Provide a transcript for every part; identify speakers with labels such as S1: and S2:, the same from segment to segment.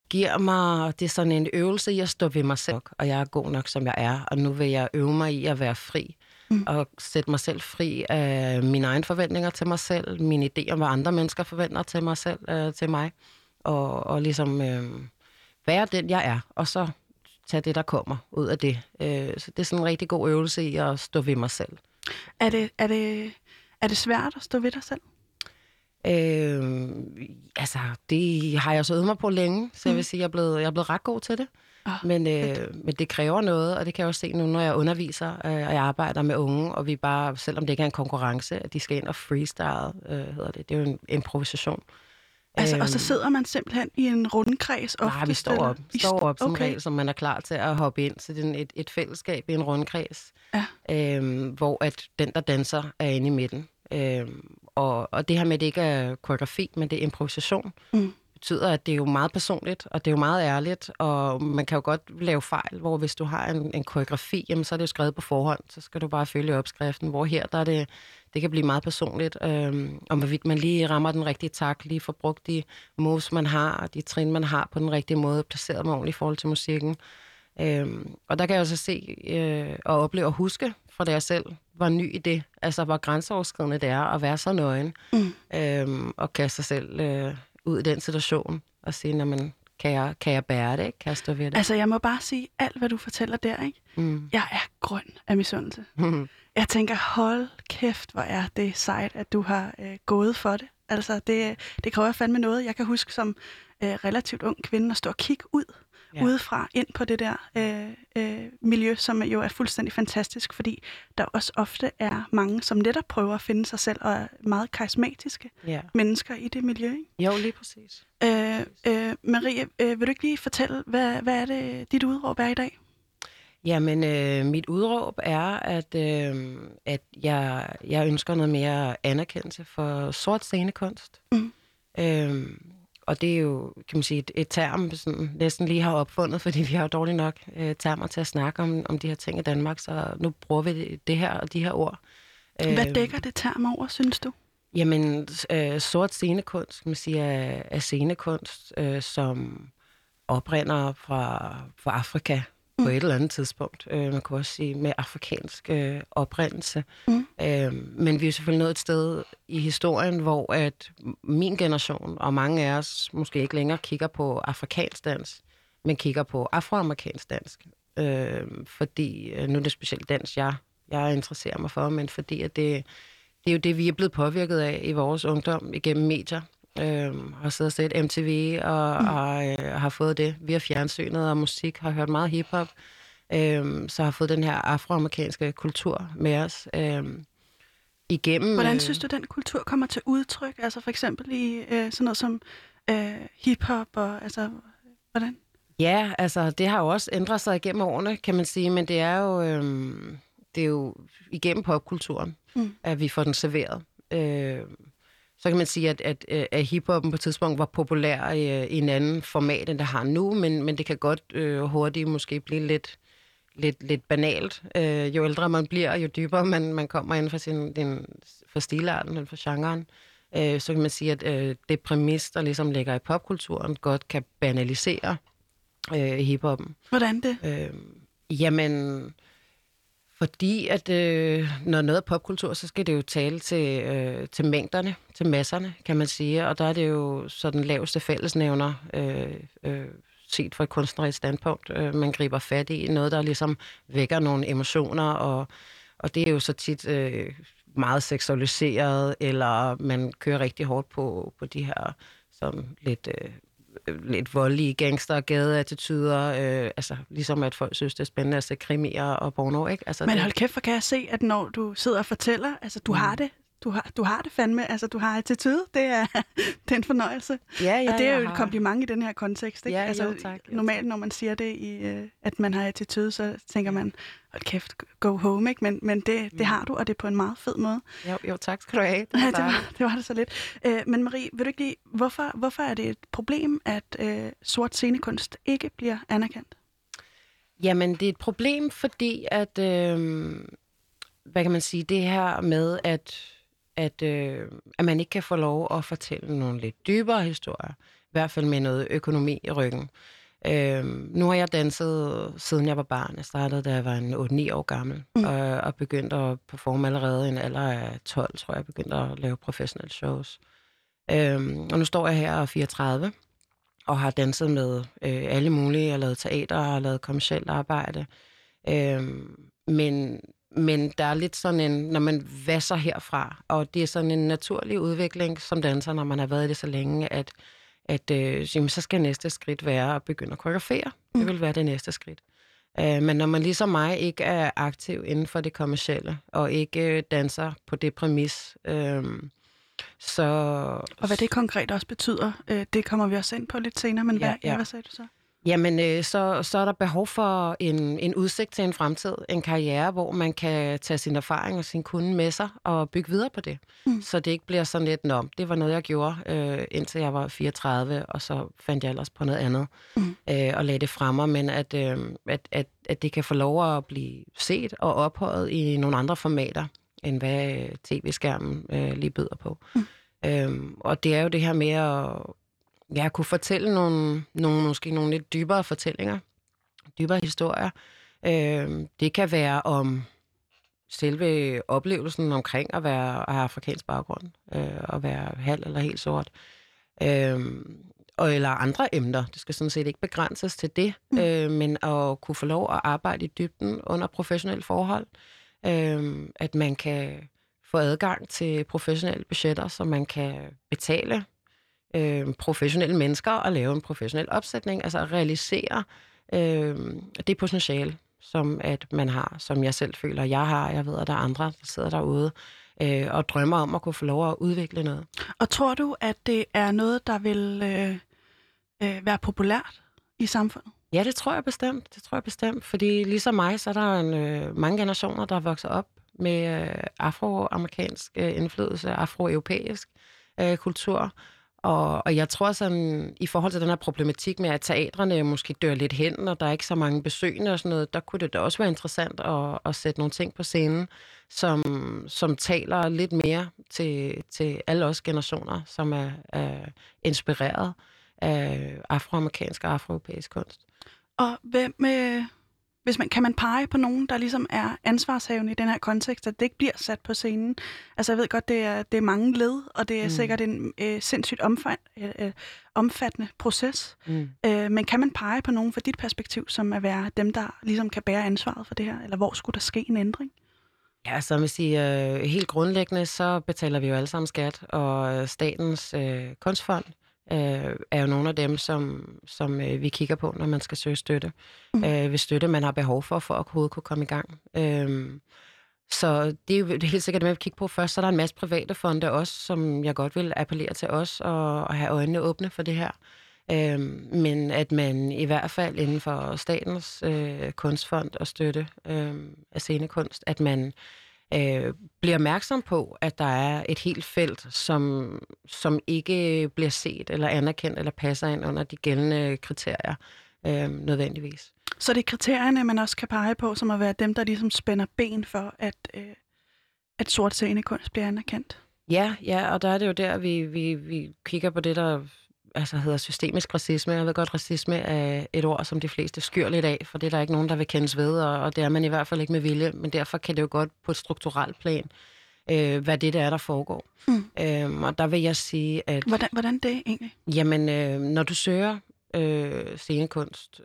S1: giver mig, det er sådan en øvelse i at stå ved mig selv, og jeg er god nok, som jeg er, og nu vil jeg øve mig i at være fri, og sætte mig selv fri af mine egne forventninger til mig selv, mine idéer om, hvad andre mennesker forventer til mig selv, til mig, og ligesom være den, jeg er, og så tage det, der kommer ud af det. Så det er sådan en rigtig god øvelse i at stå ved mig selv.
S2: Er det svært at stå ved dig selv?
S1: Altså, det har jeg så øvet mig på længe, så jeg vil sige, at jeg er blevet ret god til det. Men det kræver noget, og det kan jeg også se nu, når jeg underviser, og jeg arbejder med unge, og vi bare, selvom det ikke er en konkurrence, at de skal ind og freestyle, hedder det. Det er jo en improvisation.
S2: Altså, og så sidder man simpelthen i en rundkreds ofte?
S1: Nej, vi står op som regel, som man er klar til at hoppe ind. Så det er et fællesskab i en rundkreds, hvor at den, der danser, er inde i midten. Og det her med, at det ikke er koreografi, men det er improvisation, betyder, at det er jo meget personligt, og det er jo meget ærligt, og man kan jo godt lave fejl, hvor hvis du har en koreografi, jamen, så er det jo skrevet på forhånd, så skal du bare følge opskriften, hvor her, der er det kan blive meget personligt, om hvorvidt man lige rammer den rigtige takt, lige får brugt de moves, man har, de trin, man har på den rigtige måde, placeret dem ordentligt i forhold til musikken. Og der kan jeg også se og opleve og huske, fra da jeg selv var ny i det, altså hvor grænseoverskridende det er at være så nøgen, og kaste sig selv ud i den situation, og sige, man, kan jeg bære det, ikke? Kan jeg stå ved det?
S2: Altså, jeg må bare sige, alt hvad du fortæller der, ikke? Jeg er grøn af misundelse. Jeg tænker, hold kæft, hvor er det sejt, at du har gået for det. Altså, det kræver fandme noget. Jeg kan huske som relativt ung kvinde at stå og kigge ud udefra ind på det der miljø, som jo er fuldstændig fantastisk, fordi der også ofte er mange, som netop prøver at finde sig selv, og er meget karismatiske mennesker i det miljø, ikke?
S1: Jo, lige præcis.
S2: Marie, vil du ikke lige fortælle, hvad er det, dit udråb er i dag?
S1: Jamen, mit udråb er, at jeg ønsker noget mere anerkendelse for sort scenekunst. Og det er jo, kan man sige, et term, sådan, næsten lige har opfundet, fordi vi har jo dårligt nok termer til at snakke om de her ting i Danmark, så nu bruger vi det her og de her ord.
S2: Hvad dækker det term over, synes du?
S1: Jamen, sort scenekunst, kan man sige, er scenekunst, som oprinder fra Afrika på et eller andet tidspunkt. Man kan også sige med afrikansk oprindelse. Men vi er selvfølgelig nået et sted i historien, hvor at min generation og mange af os måske ikke længere kigger på afrikansk dans, men kigger på afroamerikansk dans. Fordi, nu er det specielt dans, jeg interesserer mig for, men fordi at det er jo det, vi er blevet påvirket af i vores ungdom igennem medier. Har siddet og set MTV og har fået det via fjernsynet og musik, har hørt meget hiphop, så har fået den her afroamerikanske kultur med os igennem.
S2: Hvordan synes du, den kultur kommer til udtryk? Altså for eksempel i sådan noget som hiphop, og altså, hvordan?
S1: Ja, altså det har jo også ændret sig igennem årene, kan man sige, men det er jo igennem popkulturen, at vi får den serveret. Så kan man sige, at hiphoppen på et tidspunkt var populær i en anden format, end det har nu, men det kan godt hurtigt måske blive lidt banalt. Jo ældre man bliver, jo dybere man kommer inden for stilarten, for genren. Så kan man sige, at det præmis, der ligesom ligger i popkulturen, godt kan banalisere hiphoppen.
S2: Hvordan det?
S1: Jamen, fordi at når noget er popkultur, så skal det jo tale til mængderne, til masserne, kan man sige. Og der er det jo så den laveste fællesnævner, set fra et kunstnerisk standpunkt. Man griber fat i noget, der ligesom vækker nogle emotioner, og det er jo så tit meget seksualiseret, eller man kører rigtig hårdt på de her sådan lidt voldelige gangster- og gadeattityder, altså ligesom at folk synes, det er spændende at se krimier og porno, ikke? Altså,
S2: men hold kæft, for kan jeg se, at når du sidder og fortæller, altså du har det, du har det fandme, altså du har attitude, det er en fornøjelse.
S1: Ja,
S2: og det er jo et kompliment i den her kontekst, ikke?
S1: Ja,
S2: altså,
S1: jo, tak.
S2: Normalt, når man siger det, at man har attitude, så tænker man, hold kæft, go home, ikke? Men det har du, og det er på en meget fed måde.
S1: Jo, tak skal du have.
S2: Det var det så lidt. Men Marie, vil du ikke lige, hvorfor er det et problem, at sort scenekunst ikke bliver anerkendt?
S1: Jamen, det er et problem, fordi at, hvad kan man sige, det her med, at man ikke kan få lov at fortælle nogle lidt dybere historier, hvert fald med noget økonomi i ryggen. Nu har jeg danset, siden jeg var barn. Jeg startede, da jeg var 8-9 år gammel, og begyndte at performe allerede i en alder af 12, tror jeg, begyndte at lave professionelle shows. Og nu står jeg her og er 34, og har danset med alle mulige. Jeg har lavet teater, og har lavet kommercielt arbejde. Men der er lidt sådan en, når man vasser herfra, og det er sådan en naturlig udvikling som danser, når man har været i det så længe, at jamen, så skal næste skridt være at begynde at koreografere. Det vil være det næste skridt. Men når man ligesom mig ikke er aktiv inden for det kommercielle, og ikke danser på det præmis, så...
S2: Og hvad det konkret også betyder, det kommer vi også ind på lidt senere, men hvad sagde du så?
S1: Jamen, så er der behov for en udsigt til en fremtid, en karriere, hvor man kan tage sin erfaring og sin kunde med sig og bygge videre på det. Så det ikke bliver sådan lidt, det var noget, jeg gjorde, indtil jeg var 34, og så fandt jeg ellers på noget andet og lagde det fremme, men at det kan få lov at blive set og ophøjet i nogle andre formater, end hvad tv-skærmen lige byder på. Og det er jo det her med at kunne fortælle måske nogle lidt dybere fortællinger, dybere historier. Det kan være om selve oplevelsen omkring at have afrikansk baggrund, og være halv eller helt sort. Eller andre emner. Det skal sådan set ikke begrænses til det, men at kunne få lov at arbejde i dybden under professionelle forhold. At man kan få adgang til professionelle budgetter, så man kan betale professionelle mennesker og lave en professionel opsætning, altså at realisere det potentiale, som at man har, som jeg selv føler, jeg har. Jeg ved, at der er andre, der sidder derude og drømmer om at kunne få lov at udvikle noget.
S2: Og tror du, at det er noget, der vil være populært i samfundet?
S1: Ja, det tror jeg bestemt. Fordi ligesom mig, så er der mange generationer, der vokser op med afroamerikansk indflydelse, afroeuropæisk kultur. Og jeg tror sådan, i forhold til den her problematik med, at teatrene måske dør lidt hen, og der er ikke så mange besøgende og sådan noget, der kunne det da også være interessant at sætte nogle ting på scenen, som taler lidt mere til alle os generationer, som er inspireret af afroamerikansk og afroeuropæisk kunst.
S2: Og kan man pege på nogen, der ligesom er ansvarshavende i den her kontekst, at det ikke bliver sat på scenen? Altså jeg ved godt, det er mange led, og det er sikkert en sindssygt omfattende proces. Men kan man pege på nogen fra dit perspektiv, som er være dem, der ligesom kan bære ansvaret for det her? Eller hvor skulle der ske en ændring?
S1: Ja, så vil sige, helt grundlæggende, så betaler vi jo alle sammen skat, og Statens Kunstfond er jo nogle af dem, som vi kigger på, når man skal søge støtte. Hvis støtte, man har behov for at overhovedet kunne komme i gang. Så det er jo helt sikkert det, man vil kigge på først. Så er der en masse private fonde også, som jeg godt vil appellere til os og have øjnene åbne for det her. Men at man i hvert fald inden for Statens Kunstfond og støtte af scenekunst, at man bliver opmærksom på, at der er et helt felt, som ikke bliver set eller anerkendt eller passer ind under de gældende kriterier nødvendigvis.
S2: Så det er kriterierne, man også kan pege på, som at være dem, der ligesom spænder ben for, at sort scenekunst bliver anerkendt?
S1: Ja, og der er det jo der, vi kigger på det, der hedder systemisk racisme. Jeg ved godt, racisme er et ord, som de fleste skyr lidt af, for det er der ikke nogen, der vil kendes ved, og det er man i hvert fald ikke med vilje, men derfor kan det jo godt på et strukturelt plan, hvad det er, der foregår. Og der vil jeg sige, at...
S2: Hvordan det egentlig?
S1: Jamen, når du søger scenekunst,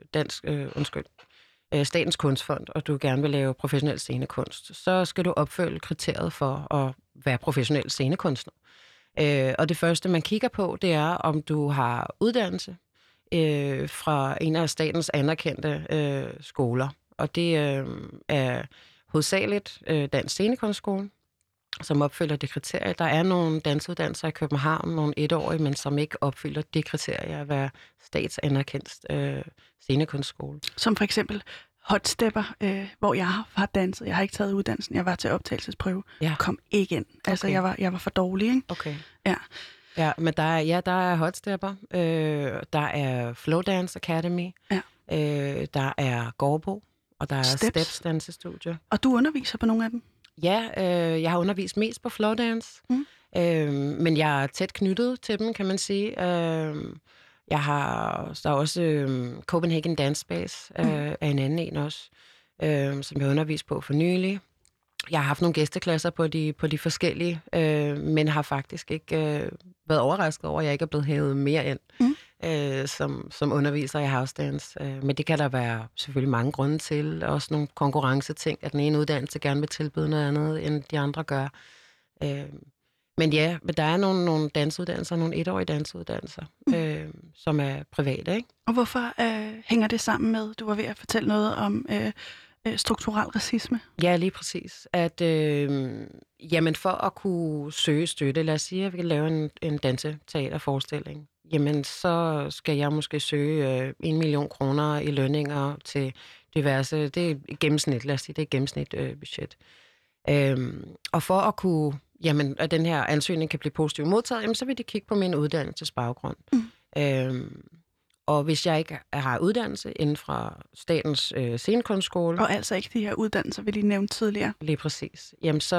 S1: Statens Kunstfond, og du gerne vil lave professionel scenekunst, så skal du opfylde kriteriet for at være professionel scenekunstner. Og det første, man kigger på, det er, om du har uddannelse fra en af statens anerkendte skoler. Og det er hovedsageligt Dansk Scenekunstskole, som opfylder det kriterie. Der er nogle dansuddannelser i København, nogle etårige, men som ikke opfylder det kriterie at være statsanerkendt scenekunstskole.
S2: Som for eksempel hotstepper, hvor jeg har danset. Jeg har ikke taget uddannelsen. Jeg var til optagelsesprøve. Ja. Kom ikke ind. Altså, okay. jeg var for dårlig, ikke?
S1: Okay.
S2: Ja.
S1: Ja, men der er hotstepper. Der er Flowdance Academy. Ja. Der er Gårdbo. Og der er Steps dansestudie.
S2: Og du underviser på nogle af dem?
S1: Ja, jeg har undervist mest på Flowdance. Men jeg er tæt knyttet til dem, kan man sige. Der er også Copenhagen Dance Space, er en anden en også, som jeg undervist på for nylig. Jeg har haft nogle gæsteklasser på de forskellige, men har faktisk ikke været overrasket over, at jeg ikke er blevet hævet mere ind som underviser i house dance. Men det kan der være selvfølgelig mange grunde til. Også nogle konkurrenceting, at den ene uddannelse gerne vil tilbyde noget andet, end de andre gør. Men ja, der er nogle dansuddannelser, nogle etårige dansuddannelser, som er private, ikke?
S2: Og hvorfor hænger det sammen med, du var ved at fortælle noget om strukturel racisme?
S1: Ja, lige præcis. At jamen for at kunne søge støtte, lad os sige, at vi kan lave en danseteaterforestilling, jamen så skal jeg måske søge 1 million kroner i lønninger til diverse, det er gennemsnit, lad os sige, det er gennemsnitbudget. Og for at kunne, jamen, at den her ansøgning kan blive positivt modtaget, jamen, så vil de kigge på min uddannelsesbaggrund. Og hvis jeg ikke har uddannelse inden fra Statens Scenekunstskole...
S2: Og altså ikke de her uddannelser, vi lige nævnte tidligere.
S1: Lige præcis. Jamen, så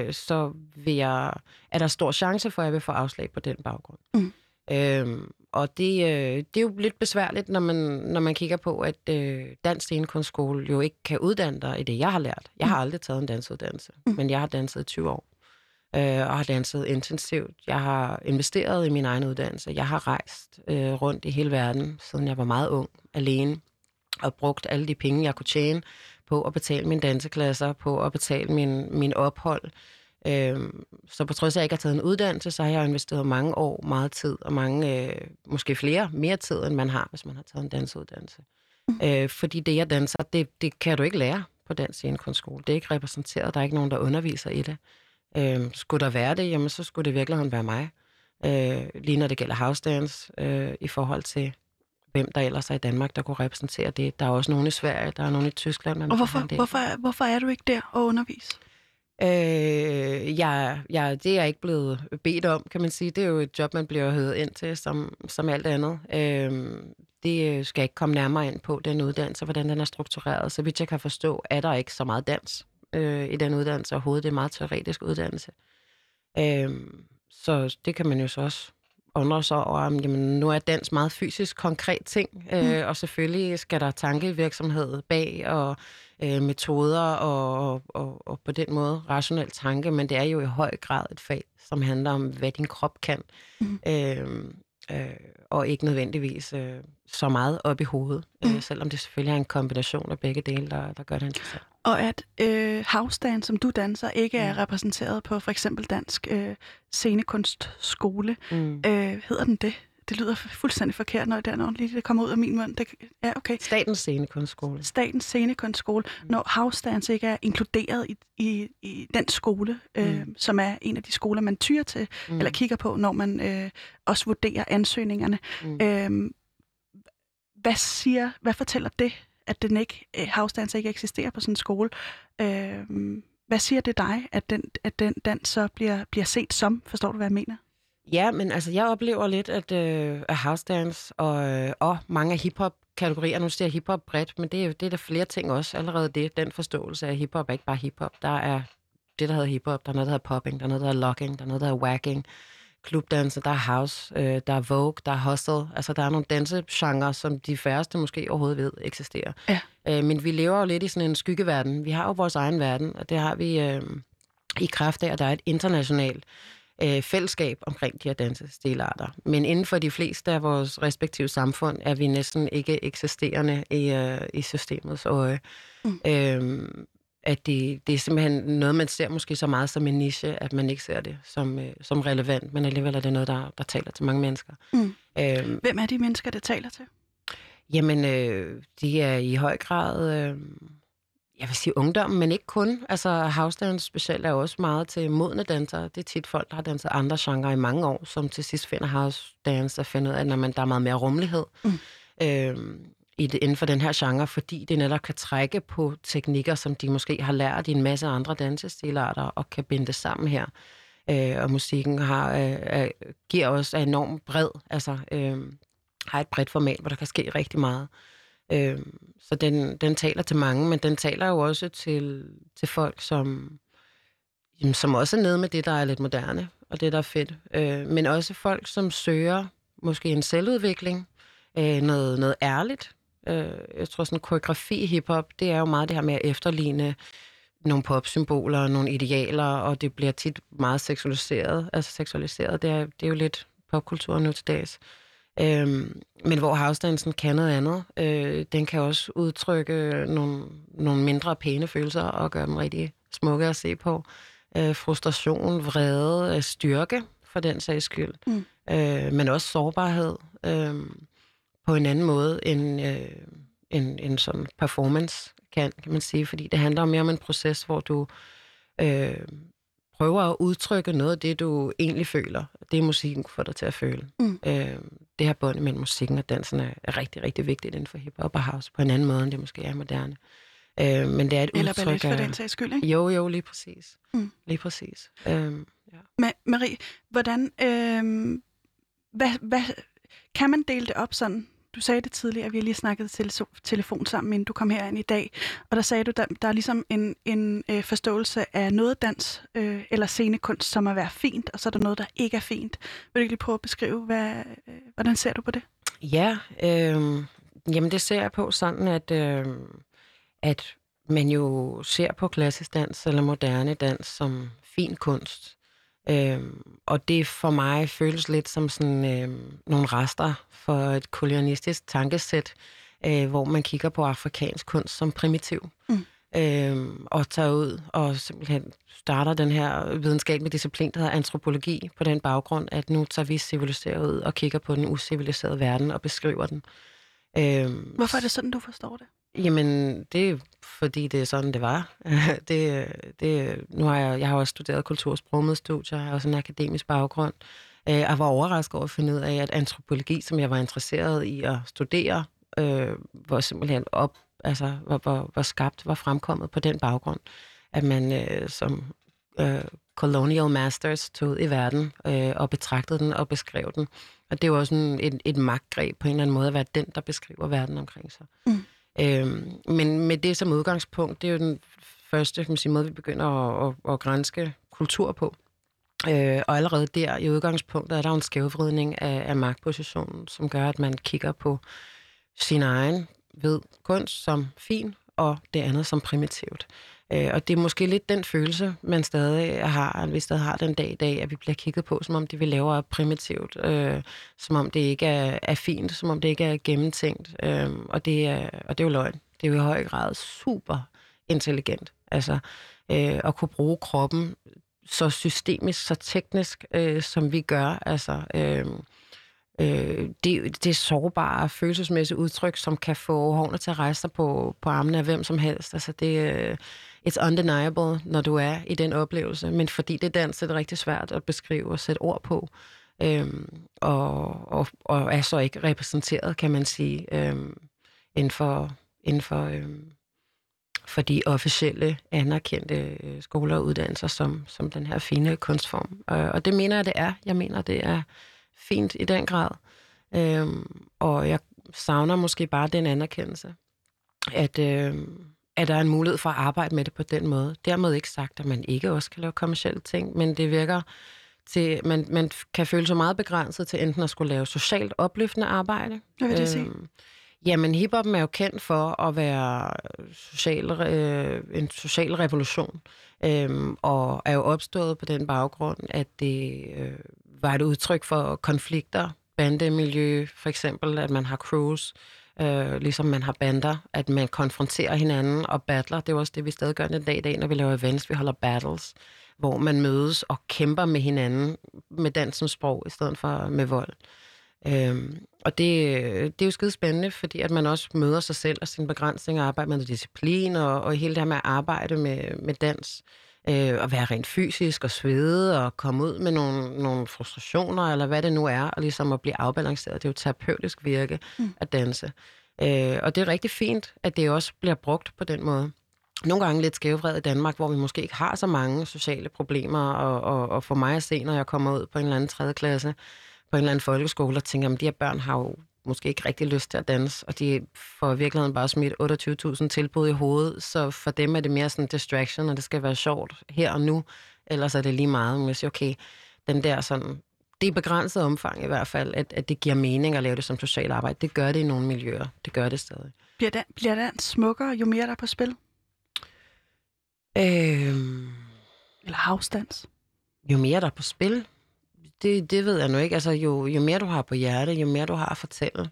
S1: er der stor chance for, at jeg vil få afslag på den baggrund. Og det er jo lidt besværligt, når man kigger på, at Dansk Scenekunstskole jo ikke kan uddanne dig i det, jeg har lært. Jeg har aldrig taget en dansuddannelse, men jeg har danset i 20 år. Og har danset intensivt. Jeg har investeret i min egen uddannelse. Jeg har rejst rundt i hele verden, siden jeg var meget ung, alene, og brugt alle de penge, jeg kunne tjene på at betale mine danseklasser, på at betale min ophold. Så på trods af, at jeg ikke har taget en uddannelse, så har jeg investeret mange år, meget tid, og måske mere tid, end man har, hvis man har taget en dansuddannelse. Fordi det, jeg danser, det kan du ikke lære på Dansk Scenekunstskole. Det er ikke repræsenteret, der er ikke nogen, der underviser i det. Skulle der være det, jamen så skulle det i virkeligheden være mig. Lige når det gælder house dance, i forhold til hvem der ellers er i Danmark, der kunne repræsentere det. Der er også nogen i Sverige, der er nogen i Tyskland.
S2: Og hvorfor er du ikke der og undervise?
S1: Det er jeg ikke blevet bedt om, kan man sige. Det er jo et job, man bliver hævet ind til, som alt andet. Det skal jeg ikke komme nærmere ind på, den uddannelse, hvordan den er struktureret. Så vidt jeg kan forstå, er der ikke så meget dans i den uddannelse overhovedet. Det er en meget teoretisk uddannelse. Så det kan man jo så også undre sig over. Jamen, nu er dans meget fysisk konkret ting, og selvfølgelig skal der tankevirksomhed bag, og metoder, og på den måde rationel tanke, men det er jo i høj grad et fag, som handler om, hvad din krop kan, og ikke nødvendigvis så meget op i hovedet, selvom det selvfølgelig er en kombination af begge dele, der gør det interessant.
S2: Og at house dance, som du danser, ikke er repræsenteret på for eksempel Dansk Scenekunstskole. Hedder den det? Det lyder fuldstændig forkert, når det kommer ud af min mund. Ja, okay.
S1: Statens Scenekunstskole.
S2: Statens Scenekunstskole. Når house dance ikke er inkluderet i den skole, som er en af de skoler, man tyrer til, eller kigger på, når man også vurderer ansøgningerne. Hvad fortæller det, at house dance ikke eksisterer på sådan en skole? Hvad siger det dig, at den dans så bliver set som? Forstår du, hvad jeg mener?
S1: Ja, men altså, jeg oplever lidt, at house dance og mange af hiphop-kategorier, nu siger jeg hiphop bredt, men det er der flere ting også. Allerede den forståelse af hiphop er ikke bare hiphop. Der er det, der hedder hiphop, der er noget, der hedder popping, der er noget, der hedder locking, der er noget, der hedder whacking, klubdanse, der er house, der er vogue, der er hustle. Altså, der er nogle dansegenre, som de færreste måske overhovedet ved eksisterer. Ja. Men vi lever jo lidt i sådan en skyggeverden. Vi har jo vores egen verden, og det har vi i kraft af, at der er et internationalt fællesskab omkring de her dansestilarter. Men inden for de fleste af vores respektive samfund er vi næsten ikke eksisterende i systemets øje. At det er simpelthen noget, man ser måske så meget som en niche, at man ikke ser det som relevant, men alligevel er det noget, der taler til mange mennesker.
S2: Hvem er de mennesker, der taler til?
S1: Jamen, de er i høj grad, jeg vil sige ungdommen, men ikke kun. Altså, house dance specielt er også meget til modne dansere. Det er tit folk, der har danset andre genrer i mange år, som til sidst finder house dance og finder ud af, at der er meget mere rummelighed inden for den her genre, fordi det netop kan trække på teknikker, som de måske har lært i en masse andre dansestilarter, og kan binde det sammen her. Og musikken giver også enormt bred, altså har et bredt format, hvor der kan ske rigtig meget. Så den taler til mange, men den taler jo også til folk, som Jamen, som også er nede med det, der er lidt moderne, og det, der er fedt. Men også folk, som søger måske en selvudvikling, noget ærligt. Jeg tror, sådan koreografi i hiphop, det er jo meget det her med at efterligne nogle popsymboler, nogle idealer, og det bliver tit meget seksualiseret. Altså seksualiseret, det er jo lidt popkultur nu til dags. Men hvor housedansen kan noget andet. Den kan også udtrykke nogle mindre pæne følelser og gøre dem rigtig smukke at se på. Frustration, vrede, styrke for den sags skyld. Men også sårbarhed på en anden måde end sådan performance kan man sige. Fordi det handler mere om en proces, hvor du prøver at udtrykke noget af det, du egentlig føler. Det er musikken får dig til at føle. Det her bånd mellem musikken og dansen er rigtig, rigtig vigtigt inden for hiphop og house, på en anden måde, end det måske er moderne. Men det er et
S2: eller
S1: udtryk
S2: ballet for den sags skyld, ikke?
S1: Jo, lige præcis. Lige præcis. Ja.
S2: Marie, hvordan... hvad, kan man dele det op sådan? Du sagde det tidligere, at vi lige snakkede telefon sammen, inden du kom herind i dag. Og der sagde du, der er ligesom en forståelse af noget dans eller scenekunst, som er være fint, og så er der noget, der ikke er fint. Vil du ikke lige prøve at beskrive, hvordan ser du på det?
S1: Ja, jamen det ser jeg på sådan, at man jo ser på klassisk dans eller moderne dans som fin kunst. Og det for mig føles lidt som sådan nogle rester for et kolonialistisk tankesæt, hvor man kigger på afrikansk kunst som primitiv. Og tager ud og simpelthen starter den her videnskabelige disciplin, der hedder antropologi, på den baggrund, at nu tager vi civiliseret ud og kigger på den usiviliserede verden og beskriver den.
S2: Hvorfor er det sådan, du forstår det?
S1: Jamen, det er fordi, det er sådan, det var. Nu har jeg har også studeret kultur- og sprogmedstudier, jeg har også en akademisk baggrund. Jeg var overrasket over at finde ud af, at antropologi, som jeg var interesseret i at studere, var simpelthen var skabt, var fremkommet på den baggrund, at man som colonial masters tog ud i verden og betragtede den og beskrev den. Og det er jo også et magtgreb på en eller anden måde at være den, der beskriver verden omkring sig. Men med det som udgangspunkt, det er jo den første kan man sige, måde, vi begynder at granske kultur på. Og allerede der i udgangspunktet er der en skævvridning af magtpositionen, som gør, at man kigger på sin egen ved kunst som fin, og det andet som primitivt. Og det er måske lidt den følelse, man stadig har, at vi stadig har den dag i dag, at vi bliver kigget på, som om det vi laver er primitivt, som om det ikke er fint, som om det ikke er gennemtænkt, og det er jo løgn. Det er jo i høj grad super intelligent, altså at kunne bruge kroppen så systemisk, så teknisk, som vi gør, altså det er sårbare, følelsesmæssige udtryk, som kan få hårene til at rejse sig på armene af hvem som helst. Altså it's undeniable, når du er i den oplevelse. Men fordi det dans, er det rigtig svært at beskrive og sætte ord på. Og er så ikke repræsenteret, kan man sige, inden for de officielle, anerkendte skoler og uddannelser, som den her fine kunstform. Og det mener jeg, det er. Jeg mener, det er fint i den grad. Og jeg savner måske bare den anerkendelse, at der er en mulighed for at arbejde med det på den måde. Dermed ikke sagt, at man ikke også kan lave kommercielle ting, men det virker til, man kan føle sig meget begrænset til enten at skulle lave socialt opløftende arbejde.
S2: Hvad vil det sige?
S1: Jamen, hiphoppen er jo kendt for at være en social revolution, og er jo opstået på den baggrund, at det var et udtryk for konflikter, bandemiljø, for eksempel, at man har crews, ligesom man har bander, at man konfronterer hinanden og battler. Det er også det, vi stadig gør den dag i dag, når vi laver events. Vi holder battles, hvor man mødes og kæmper med hinanden med dansens sprog, i stedet for med vold. Og det er jo skide spændende, fordi at man også møder sig selv og sine begrænsninger, arbejder med disciplin og hele det her med at arbejde med dans, og være rent fysisk og svede og komme ud med nogle frustrationer, eller hvad det nu er, og ligesom at blive afbalanceret. Det er jo terapeutisk virke at danse. Og det er rigtig fint, at det også bliver brugt på den måde. Nogle gange lidt skævvred i Danmark, hvor vi måske ikke har så mange sociale problemer, og for mig at se, når jeg kommer ud på en eller anden 3. klasse, på en eller anden folkeskole, og tænker, at de her børn har jo måske ikke rigtig lyst til at danse, og de får i virkeligheden bare smidt 28.000 tilbud i hovedet, så for dem er det mere sådan en distraction, og det skal være sjovt her og nu, ellers er det lige meget. Men jeg siger, okay, den der sådan, det er begrænset omfang i hvert fald, at det giver mening at lave det som socialt arbejde. Det gør det i nogle miljøer. Det gør det stadig.
S2: Bliver den smukkere, jo mere der er på spil? Eller house-dans?
S1: Jo mere der er på spil? Det ved jeg nu ikke. Altså, jo mere du har på hjerte, jo mere du har at fortælle,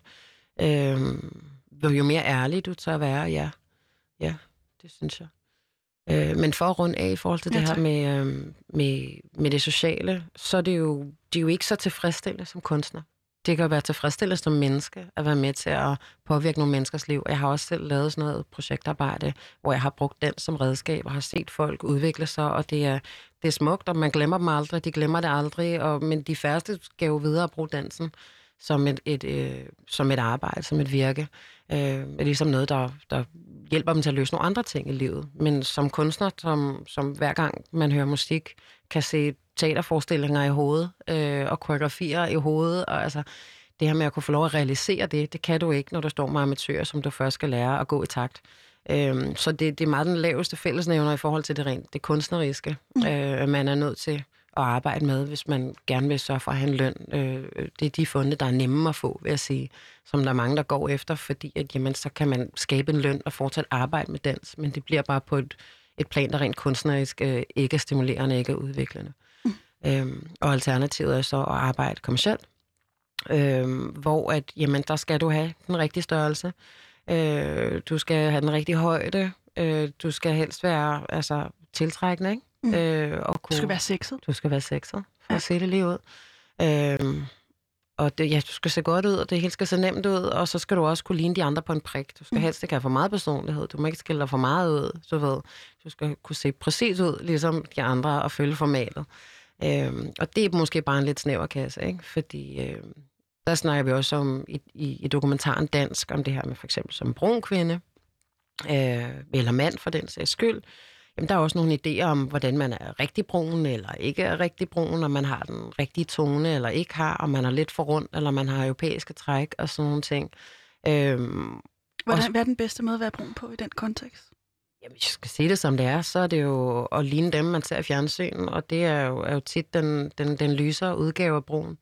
S1: jo mere ærlig du tør være, ja. Ja, det synes jeg. Men for at runde af i forhold til det her med det sociale, så er det er jo ikke så tilfredsstillende som kunstner. Det kan jo være tilfredsstillende som menneske at være med til at påvirke nogle menneskers liv. Jeg har også selv lavet sådan noget projektarbejde, hvor jeg har brugt den som redskab og har set folk udvikle sig, og det er smukt, og man glemmer dem aldrig, de glemmer det aldrig, men de færreste skal jo videre bruge dansen som et arbejde, som et virke. Ligesom noget, der hjælper dem til at løse nogle andre ting i livet. Men som kunstner, som hver gang man hører musik, kan se teaterforestillinger i hovedet, og koreografier i hovedet, og altså det her med at kunne få lov at realisere det kan du ikke, når du står med amatører, som du først skal lære at gå i takt. Så det er meget den laveste fællesnævner i forhold til det kunstneriske, man er nødt til at arbejde med, hvis man gerne vil sørge for at have en løn. Det er de funde, der er nemme at få, vil jeg sige, som der er mange, der går efter, fordi at, jamen, så kan man skabe en løn og fortsat arbejde med dans, men det bliver bare på et plan, der rent kunstnerisk ikke er stimulerende, ikke er udviklende. Og alternativet er så at arbejde kommercielt, hvor at, jamen, der skal du have den rigtige størrelse, du skal have den rigtige højde, du skal helst være tiltrækkende, ikke?
S2: Du skal være sexet.
S1: Du skal være sexet, for at se det lige ud. Og du skal se godt ud, og det hele skal se nemt ud, og så skal du også kunne ligne de andre på en prik. Du skal helst ikke have for meget personlighed. Du må ikke skille dig for meget ud, så ved. Du skal kunne se præcis ud, ligesom de andre, og følge formatet. Og det er måske bare en lidt snæver kasse, ikke? Fordi der snakker vi også om i dokumentaren Dansk, om det her med for eksempel som brun kvinde, eller mand for den sags skyld. Jamen, der er også nogle idéer om, hvordan man er rigtig brun eller ikke er rigtig brun, om man har den rigtige tone eller ikke har, om man er lidt for rund, eller man har europæiske træk og sådan nogle ting.
S2: Hvad er den bedste måde at være brun på i den kontekst?
S1: Jamen, hvis jeg skal sige det som det er, så er det jo at ligne dem, man ser i fjernsynet, og det er jo tit den lysere udgave af brun.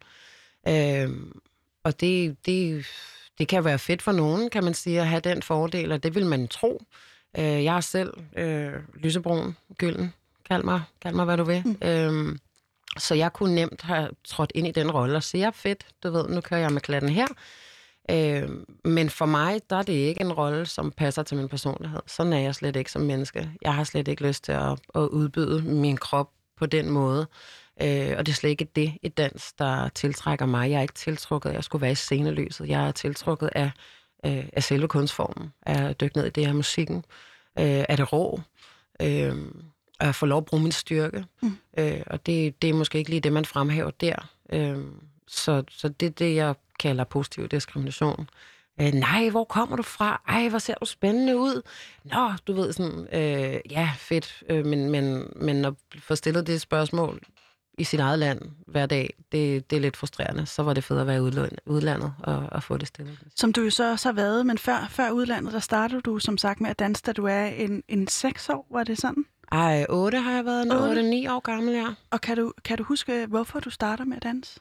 S1: Og det kan være fedt for nogen, kan man sige, at have den fordel, og det vil man tro. Jeg er selv lysebrun, gylden, kald mig hvad du vil. Så jeg kunne nemt have trådt ind i den rolle og sige, fedt, du ved, nu kører jeg med klatten her. Men for mig, der er det ikke en rolle, som passer til min personlighed. Sådan er jeg slet ikke som menneske. Jeg har slet ikke lyst til at udbyde min krop på den måde. Og det er slet ikke det i dans, der tiltrækker mig. Jeg er ikke tiltrukket af at skulle være i scenelyset. Jeg er tiltrukket af selve kunstformen, at dykke ned i det her musikken, af det rå, at få lov at bruge min styrke. Og det er måske ikke lige det, man fremhæver der. Så det er det, jeg kalder positiv diskrimination. Nej, hvor kommer du fra? Ej, hvor ser du spændende ud? Nå, du ved sådan, ja, fedt, men at få stillet det spørgsmål i sit eget land hver dag, det er lidt frustrerende. Så var det fedt at være i udlandet og få det stillet.
S2: Som du jo så også har været, men før udlandet, der startede du som sagt med at danse, da du er en 6 år, var det sådan?
S1: Ej, 8 har jeg været, 8-9 år gammel, ja.
S2: Og kan du huske, hvorfor du starter med at danse?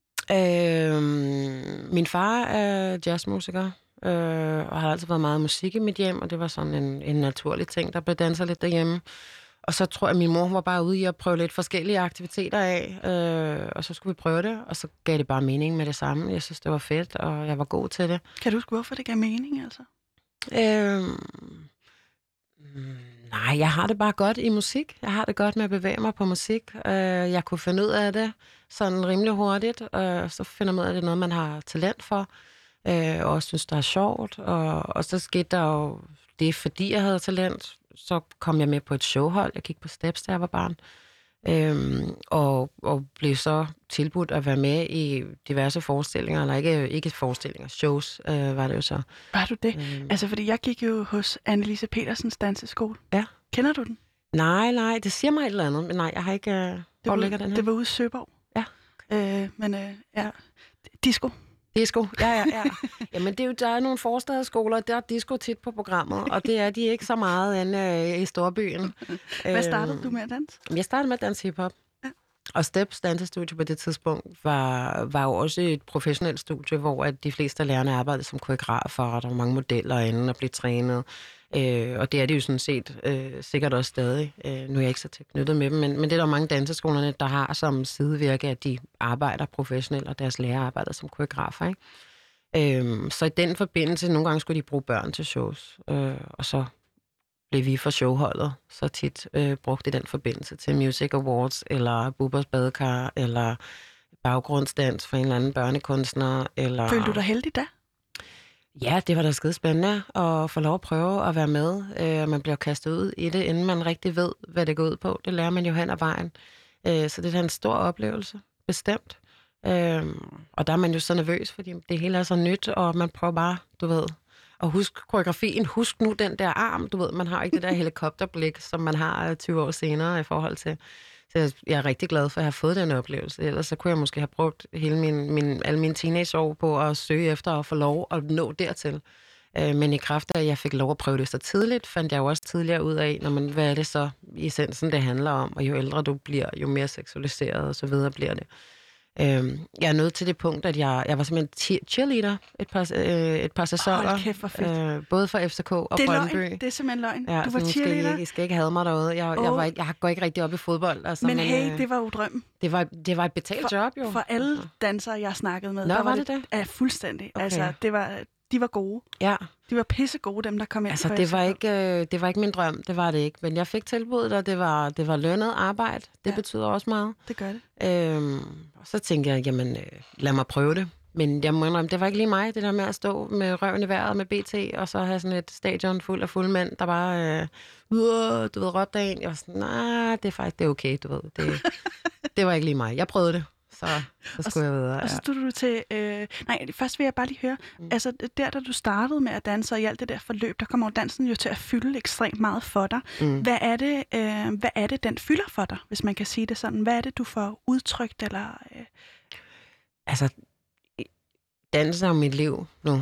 S1: Min far er jazzmusiker, og har altid været meget musik i mit hjem, og det var sådan en naturlig ting, der blev danset lidt derhjemme. Og så tror jeg, at min mor var bare ude i at prøve lidt forskellige aktiviteter af, og så skulle vi prøve det, og så gav det bare mening med det samme. Jeg synes, det var fedt, og jeg var god til det.
S2: Kan du huske, hvorfor det gav mening, altså?
S1: Nej, jeg har det bare godt i musik. Jeg har det godt med at bevæge mig på musik. Jeg kunne finde ud af det sådan rimelig hurtigt, og så finder man ud af, at det er noget, man har talent for, og også synes, det er sjovt. Og så skete der jo det, fordi jeg havde talent, så kom jeg med på et showhold. Jeg gik på Steps, da jeg var barn, og blev så tilbudt at være med i diverse forestillinger, eller ikke forestillinger, shows var det jo så.
S2: Var du det? Altså, fordi jeg gik jo hos Annelise Petersens danseskole.
S1: Ja.
S2: Kender du den?
S1: Nej, det siger mig et eller andet, men nej, jeg har ikke... Hvor ligger den her?
S2: Det var ude i Søborg.
S1: Ja.
S2: Ja, disco.
S1: Disco, ja. Jamen, der er nogle forstadsskoler, der er disco tit på programmet, og det er de ikke så meget inde i storbyen.
S2: Hvad startede du med at danse?
S1: Jeg startede med at danse hiphop. Ja. Og Steps dansestudie på det tidspunkt var jo også et professionelt studie, hvor at de fleste af lærerne arbejdede som koreografer, og der var mange modeller inde og blev trænet. Og det er det jo sådan set sikkert også stadig. Nu er jeg ikke så tilknyttet med dem, men det er der mange danseskolerne, der har som sidevirke, at de arbejder professionelt, og deres lærer arbejder som koreografer, ikke? Så i den forbindelse, nogle gange skulle de bruge børn til shows, og så blev vi for showholdet så tit brugt i den forbindelse til Music Awards, eller Bubbers Badekar, eller baggrundsdans for en eller anden børnekunstner. Eller...
S2: Følte du dig heldig da?
S1: Ja, det var da skide spændende at få lov at prøve at være med. Man bliver kastet ud i det, inden man rigtig ved, hvad det går ud på. Det lærer man jo hen ad vejen. Så det er en stor oplevelse, bestemt. Og der er man jo så nervøs, fordi det hele er så nyt, og man prøver bare, du ved, at huske koreografien. Husk nu den der arm, du ved, man har ikke det der helikopterblik, som man har 20 år senere i forhold til. Så jeg er rigtig glad for at have fået den oplevelse. Ellers så kunne jeg måske have brugt hele alle mine teenageår på at søge efter at få lov at nå dertil. Men i kraft af, at jeg fik lov at prøve det så tidligt, fandt jeg jo også tidligere ud af, hvad er det så i essensen, det handler om. Og jo ældre du bliver, jo mere seksualiseret og så videre bliver det. Jeg er nået til det punkt, at jeg var simpelthen cheerleader et par sæsoner.
S2: Hold kæft, hvor fedt.
S1: Både for FCK og Brøndby.
S2: Det er simpelthen løgn.
S1: Ja,
S2: du var cheerleader.
S1: I skal ikke have mig derude. Jeg går ikke rigtig op i fodbold. Altså,
S2: men hey, det var jo drømmen.
S1: Det var et betalt job, jo.
S2: For alle dansere, jeg snakkede med,
S1: Nå,
S2: der
S1: var det?
S2: Ja, fuldstændig. Okay. Altså, de var gode.
S1: Ja.
S2: De var pisse gode, dem der kom ind.
S1: Altså, det var ikke min drøm, det var det ikke. Men jeg fik tilbuddet, og det var lønnet arbejde. Det betyder også meget.
S2: Det gør det.
S1: Så tænkte jeg, jamen, lad mig prøve det. Men jeg må indrømme, det var ikke lige mig, det der med at stå med røven i vejret med BT, og så have sådan et stadion fuld af fulde mænd, der bare, du ved, råbte af en. Jeg var sådan, nej, det er okay, du ved. Det var ikke lige mig. Jeg prøvede det. Så skulle jeg videre.
S2: Og så stod du til... først vil jeg bare lige høre. Altså, da du startede med at danse, og i alt det der forløb, der kommer dansen jo til at fylde ekstremt meget for dig. Hvad er det, den fylder for dig, hvis man kan sige det sådan? Hvad er det, du får udtrykt, eller...
S1: Altså, dansen er jo mit liv nu.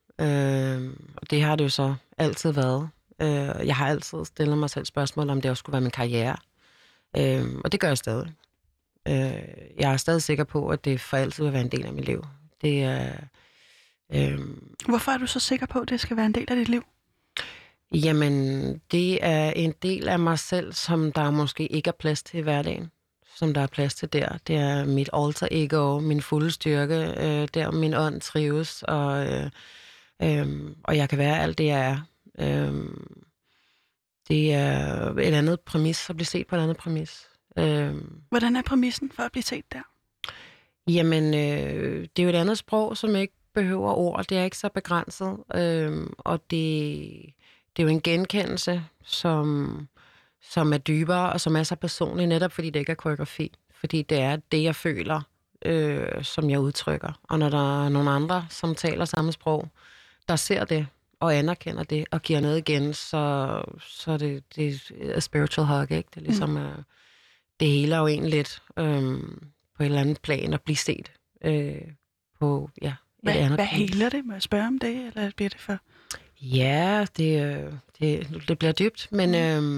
S1: Og det har det jo så altid været. Jeg har altid stillet mig selv spørgsmål, om det også skulle være min karriere. Og det gør jeg stadig. Jeg er stadig sikker på, at det for altid vil være en del af mit liv. Det er...
S2: Hvorfor er du så sikker på, at det skal være en del af dit liv?
S1: Jamen, det er en del af mig selv, som der måske ikke er plads til i hverdagen. Som der er plads til der. Det er mit alter ego, min fulde styrke, der min ånd trives, og jeg kan være alt det, jeg er. Det er et andet præmis, at blive set på et andet præmis.
S2: Hvordan er præmissen for at blive set der?
S1: Jamen, det er jo et andet sprog, som ikke behøver ord. Det er ikke så begrænset. Og det er jo en genkendelse, som er dybere og som er så personlig, netop fordi det ikke er koreografi. Fordi det er det, jeg føler, som jeg udtrykker. Og når der er nogle andre, som taler samme sprog, der ser det og anerkender det og giver noget igen, så er det er spiritual hug, ikke? Det er ligesom... Det hele er jo egentlig lidt på et eller andet plan at blive set på et andet.
S2: Hvad heler det? Må jeg spørge om det, eller bliver det for?
S1: Ja, det bliver dybt, men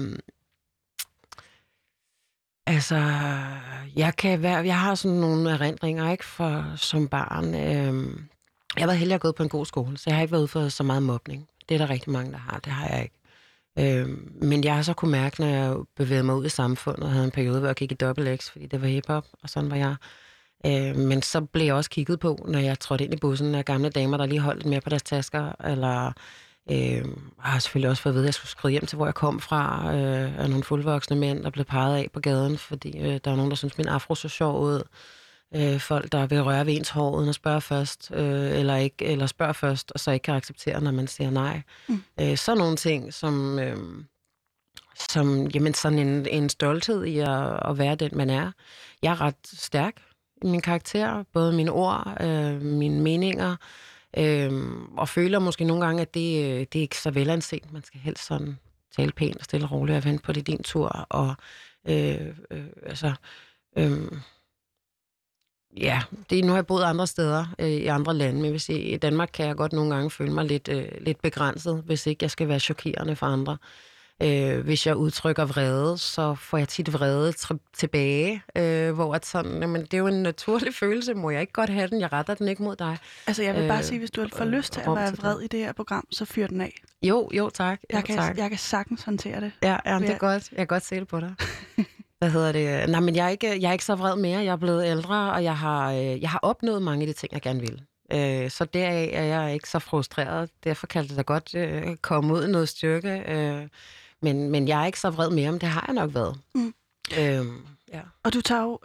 S1: altså, jeg har sådan nogle erindringer, ikke, som barn. Jeg har været heldig at gå på en god skole, så jeg har ikke været ude for så meget mobning. Det er der rigtig mange, der har. Det har jeg ikke. Men jeg har så kunne mærke, når jeg bevægede mig ud i samfundet, og havde en periode, hvor jeg gik i dobbelt X, fordi det var hiphop, og sådan var jeg. Men så blev jeg også kigget på, når jeg trådte ind i bussen af gamle damer, der lige holdt lidt mere på deres tasker, eller har selvfølgelig også fået at vide, at jeg skulle skride hjem til, hvor jeg kom fra, af nogle fuldvoksne mænd, der blev peget af på gaden, fordi der var nogen, der syntes, min afro så sjov ud. Folk, der vil røre ved ens hår, uden at spørge først, eller spørge først, og så ikke kan acceptere, når man siger nej. Så nogle ting, som jamen, sådan en stolthed i at være den, man er. Jeg er ret stærk i min karakter, både mine ord, mine meninger, og føler måske nogle gange, at det er ikke så velanset. Man skal helst sådan tale pænt og stille og roligt og vente på, det er din tur, og Ja, nu har jeg boet andre steder i andre lande, men jeg vil sige, i Danmark kan jeg godt nogle gange føle mig lidt begrænset, hvis ikke jeg skal være chokerende for andre. Hvis jeg udtrykker vrede, så får jeg tit vrede tilbage, hvor at sådan, jamen, det er jo en naturlig følelse, må jeg ikke godt have den, jeg retter den ikke mod dig.
S2: Altså jeg vil bare sige, hvis du får lyst til at være vred i det her program, så fyr den af.
S1: Jo, tak.
S2: Jeg kan sagtens håndtere det.
S1: Ja, det er godt. Jeg kan godt se det på dig. Hvad hedder det? Nej, men jeg er ikke så vred mere. Jeg er blevet ældre, og jeg har opnået mange af de ting, jeg gerne vil. Så deraf er jeg ikke så frustreret. Derfor kan det da godt komme ud noget styrke. Men jeg er ikke så vred mere, men det har jeg nok været.
S2: Ja. Og du tager jo...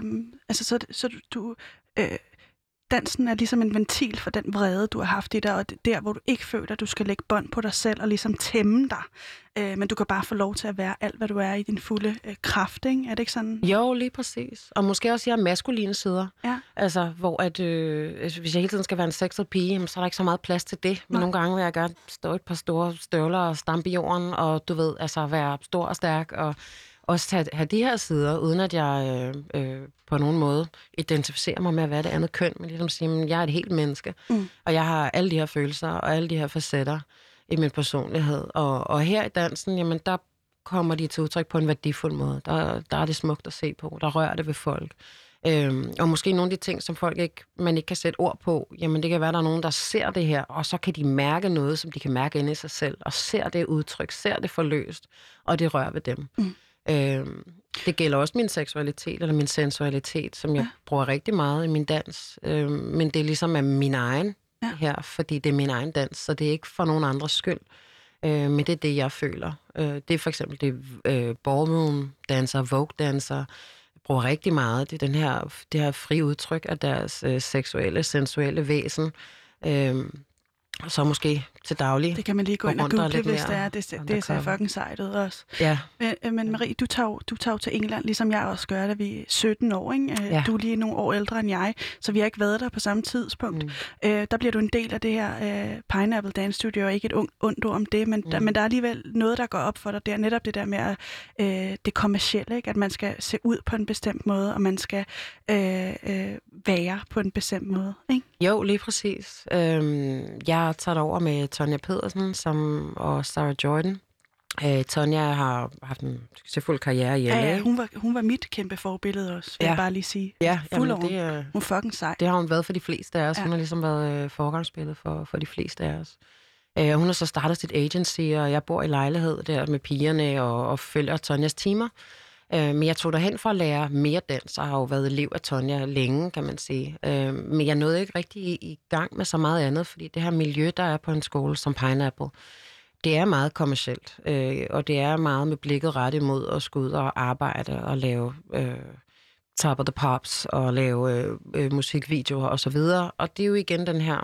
S2: dansen er ligesom en ventil for den vrede, du har haft i dig, og der, hvor du ikke føler, at du skal lægge bånd på dig selv og ligesom tæmme dig. Men du kan bare få lov til at være alt, hvad du er i din fulde kraft, ikke? Er det ikke sådan?
S1: Jo, lige præcis. Og måske også, jeg har maskuline sider.
S2: Ja.
S1: Altså, hvor at, hvis jeg hele tiden skal være en sexet pige, så er der ikke så meget plads til det. Men nogle gange vil jeg gerne stå et par store støvler og stampe i jorden, og du ved, altså være stor og stærk, og også have de her sider, uden at jeg på nogen måde identificerer mig med at være det andet køn, men ligesom sige, at jeg er et helt menneske, og jeg har alle de her følelser og alle de her facetter i min personlighed. Og her i dansen, jamen der kommer de til udtryk på en værdifuld måde. Der er det smukt at se på, der rører det ved folk. Og måske nogle af de ting, som man ikke kan sætte ord på, jamen det kan være, der er nogen, der ser det her, og så kan de mærke noget, som de kan mærke inde i sig selv, og ser det udtryk, ser det forløst, og det rører ved dem. Det gælder også min seksualitet eller min sensualitet, som jeg bruger rigtig meget i min dans. Men det er ligesom af min egen her, fordi det er min egen dans, så det er ikke for nogen andres skyld. Men det er det, jeg føler. Det er for eksempel det ballroom-danser, Vogue-danser, jeg bruger rigtig meget. Det er det her frie udtryk af deres seksuelle, sensuelle væsen. Og så måske til daglig.
S2: Det kan man lige gå ind og google, hvis det er. Det ser fucking sejt ud også.
S1: Ja.
S2: Men Marie, du tager jo til England, ligesom jeg også gør, da vi er 17 år. Ikke? Ja. Du er lige nogle år ældre end jeg, så vi har ikke været der på samme tidspunkt. Der bliver du en del af det her Pineapple Dance Studio, og ikke et ondt ord om det, men der er alligevel noget, der går op for dig. Det er netop det der med det kommercielle, ikke? At man skal se ud på en bestemt måde, og man skal være på en bestemt måde. Ikke?
S1: Jo, lige præcis. Jeg tager over med Tonja Pedersen og Sarah Jordan. Tonja har haft en succesfuld karriere i LA.
S2: Ja, hun var mit kæmpe forbillede også, vil jeg bare lige sige.
S1: Ja,
S2: hun er fucking sej.
S1: Det har hun været for de fleste af os. Ja. Hun har ligesom været foregangsbillede for de fleste af os. Hun har så startet sit agency, og jeg bor i lejlighed der med pigerne og følger Tonjas timer. Men jeg tog derhen for at lære mere dans, og har jo været elev af Tonja længe, kan man sige. Men jeg nåede ikke rigtig i gang med så meget andet, fordi det her miljø, der er på en skole som Pineapple, det er meget kommercielt, og det er meget med blikket ret imod at skulle ud og arbejde og lave Top of the Pops og lave musikvideoer og så videre. Og det er jo igen den her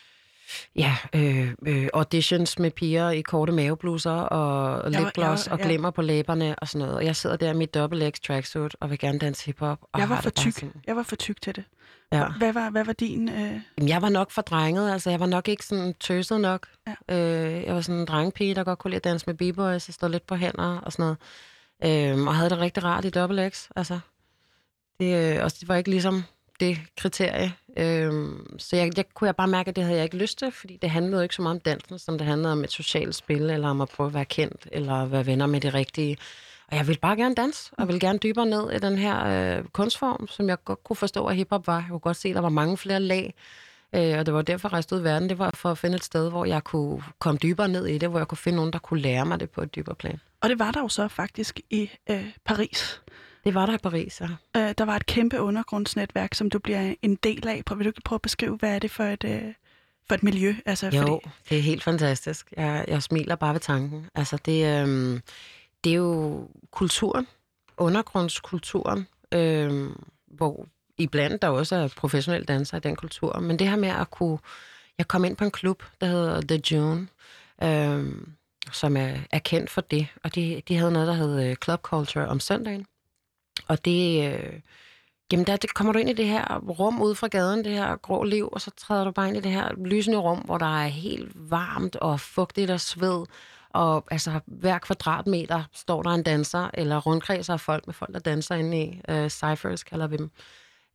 S1: auditions med piger i korte mavebluser og lipgloss og glimmer på læberne og sådan noget. Og jeg sidder der i mit double X tracksuit og vil gerne danse hiphop.
S2: Jeg var for tyk til det. Ja. Hvad var din...
S1: Jeg var nok for drenget. Altså, jeg var nok ikke sådan tøset nok. Ja. Jeg var sådan en drengepige, der godt kunne lide at danse med b-boys og stå lidt på hænder og sådan noget. Og havde det rigtig rart i double X. Altså, det var ikke ligesom det kriterie. Så jeg kunne bare mærke, at det havde jeg ikke lyst til, fordi det handlede ikke så meget om dansen, som det handlede om et socialt spil, eller om at prøve at være kendt, eller være venner med det rigtige. Og jeg ville bare gerne danse, og ville gerne dybere ned i den her kunstform, som jeg godt kunne forstå, at hiphop var. Jeg kunne godt se, at der var mange flere lag, og det var derfor, jeg rejste ud i verden. Det var for at finde et sted, hvor jeg kunne komme dybere ned i det, hvor jeg kunne finde nogen, der kunne lære mig det på et dybere plan.
S2: Og det var der jo så faktisk i Paris.
S1: Det var der i Paris, ja.
S2: Der var et kæmpe undergrundsnetværk, som du bliver en del af. Vil du ikke prøve at beskrive, hvad er det for et miljø? Altså,
S1: jo, det er helt fantastisk. Jeg smiler bare ved tanken. Altså, det er jo kulturen, undergrundskulturen, hvor iblandt der også er professionelle dansere i den kultur. Men det her med at jeg kom ind på en klub, der hedder The June, som er kendt for det. Og de havde noget, der hed Club Culture om søndagen. Og det kommer du ind i det her rum ude fra gaden, det her grå liv, og så træder du bare ind i det her lysende rum, hvor der er helt varmt og fugtigt og sved. Og altså hver kvadratmeter står der en danser, eller rundkredser af folk med folk, der danser inde i. Cyphers kalder vi dem.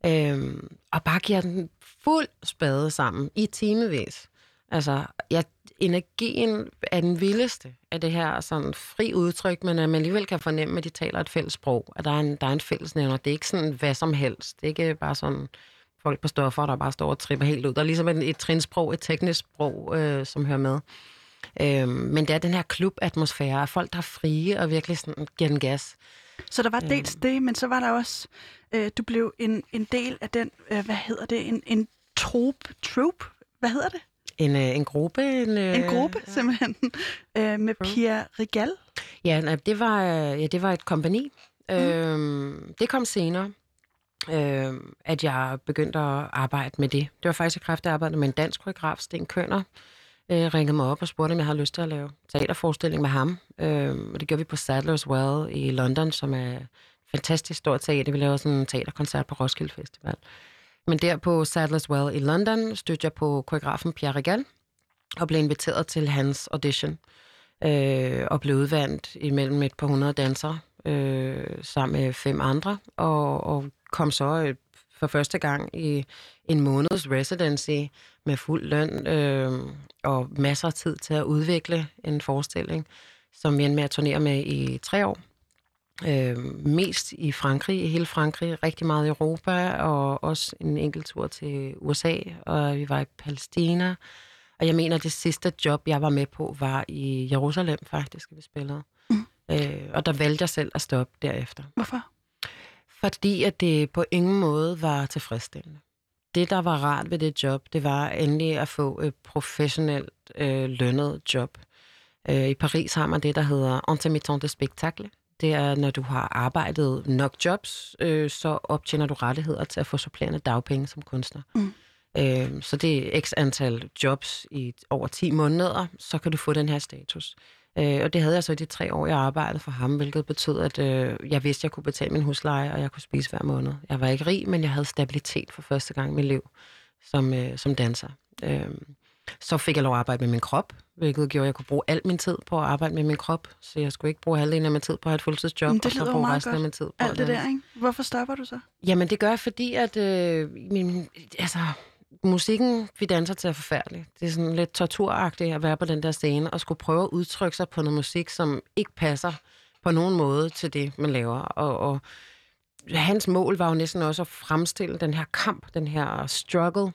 S1: Og bare giver den fuld spade sammen i timevis. Altså, energien er den vildeste af det her sådan fri udtryk, men at man alligevel kan fornemme, at de taler et fælles sprog, at der er en fællesnævner. Det er ikke sådan hvad som helst. Det er ikke bare sådan folk på stoffer, der bare står og tripper helt ud. Der er ligesom et trinsprog, et teknisk sprog, som hører med. Men det er den her klubatmosfære af folk, der er frie og virkelig sådan giver den gas.
S2: Så der var dels det, men så var der også, du blev en del af den, hvad hedder det, en troupe, hvad hedder det?
S1: En gruppe.
S2: En gruppe, simpelthen, med Pierre Rigal.
S1: Ja, det var et kompagni. Det kom senere, at jeg begyndte at arbejde med det. Det var faktisk i kraft af at arbejde med en dansk koreograf, Sten Kønner, ringede mig op og spurgte, om jeg havde lyst til at lave teaterforestilling med ham. Og det gjorde vi på Sadler's Well i London, som er et fantastisk stort teater. Vi lavede sådan en teaterkoncert på Roskilde Festival. Men der på Sadler's Well i London stødte jeg på koreografen Pierre Rigal og blev inviteret til hans audition. Og blev udvalgt imellem et par 100 dansere sammen med 5 andre. Og kom så for første gang i en måneds residency med fuld løn og masser af tid til at udvikle en forestilling, som vi endte med at turnere med i 3 år. Mest i Frankrig, i hele Frankrig, rigtig meget i Europa, og også en enkelt tur til USA, og vi var i Palæstina. Og jeg mener, det sidste job, jeg var med på, var i Jerusalem faktisk, vi spillede. Og der valgte jeg selv at stoppe derefter.
S2: Hvorfor?
S1: Fordi at det på ingen måde var tilfredsstillende. Det, der var rart ved det job, det var endelig at få et professionelt lønnet job. I Paris har man det, der hedder intermittent de spectacle. Det er, når du har arbejdet nok jobs, så optjener du rettigheder til at få supplerende dagpenge som kunstner. Så det er x antal jobs i over 10 måneder, så kan du få den her status. Og det havde jeg så i de 3 år, jeg arbejdede for ham, hvilket betød, at jeg vidste, at jeg kunne betale min husleje, og jeg kunne spise hver måned. Jeg var ikke rig, men jeg havde stabilitet for første gang i mit liv som danser. Så fik jeg lov at arbejde med min krop, hvilket gjorde, at jeg kunne bruge al min tid på at arbejde med min krop. Så jeg skulle ikke bruge halvdelen af min tid på at have et fuldtidsjob, og så bruge resten af min tid på
S2: alt det der, ikke? Hvorfor stopper du så?
S1: Jamen, det gør jeg, fordi at musikken, vi danser til, er forfærdelig. Det er sådan lidt torturagtigt at være på den der scene og skulle prøve at udtrykke sig på noget musik, som ikke passer på nogen måde til det, man laver. Og hans mål var jo næsten også at fremstille den her kamp, den her struggle,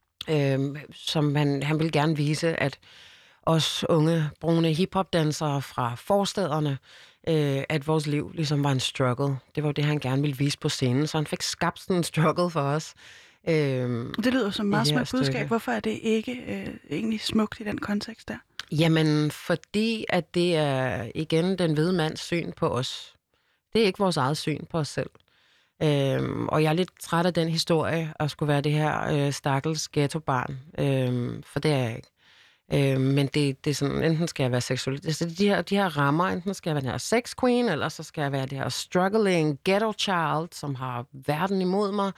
S1: som han ville gerne vise, at os unge, brune hiphop-dansere fra forstederne, at vores liv ligesom var en struggle. Det var det, han gerne ville vise på scenen, så han fik skabt sådan en struggle for os.
S2: Det lyder som meget smukt budskab. Hvorfor er det ikke egentlig smukt i den kontekst der?
S1: Jamen, fordi at det er igen den hvide mands syn på os. Det er ikke vores eget syn på os selv. Og jeg er lidt træt af den historie, at skulle være det her stakkels ghettobarn. For det er jeg ikke. Men det er sådan, enten skal jeg være seksuel. Altså de her rammer, enten skal jeg være den her sex queen, eller så skal jeg være det her struggling ghetto child, som har verden imod mig.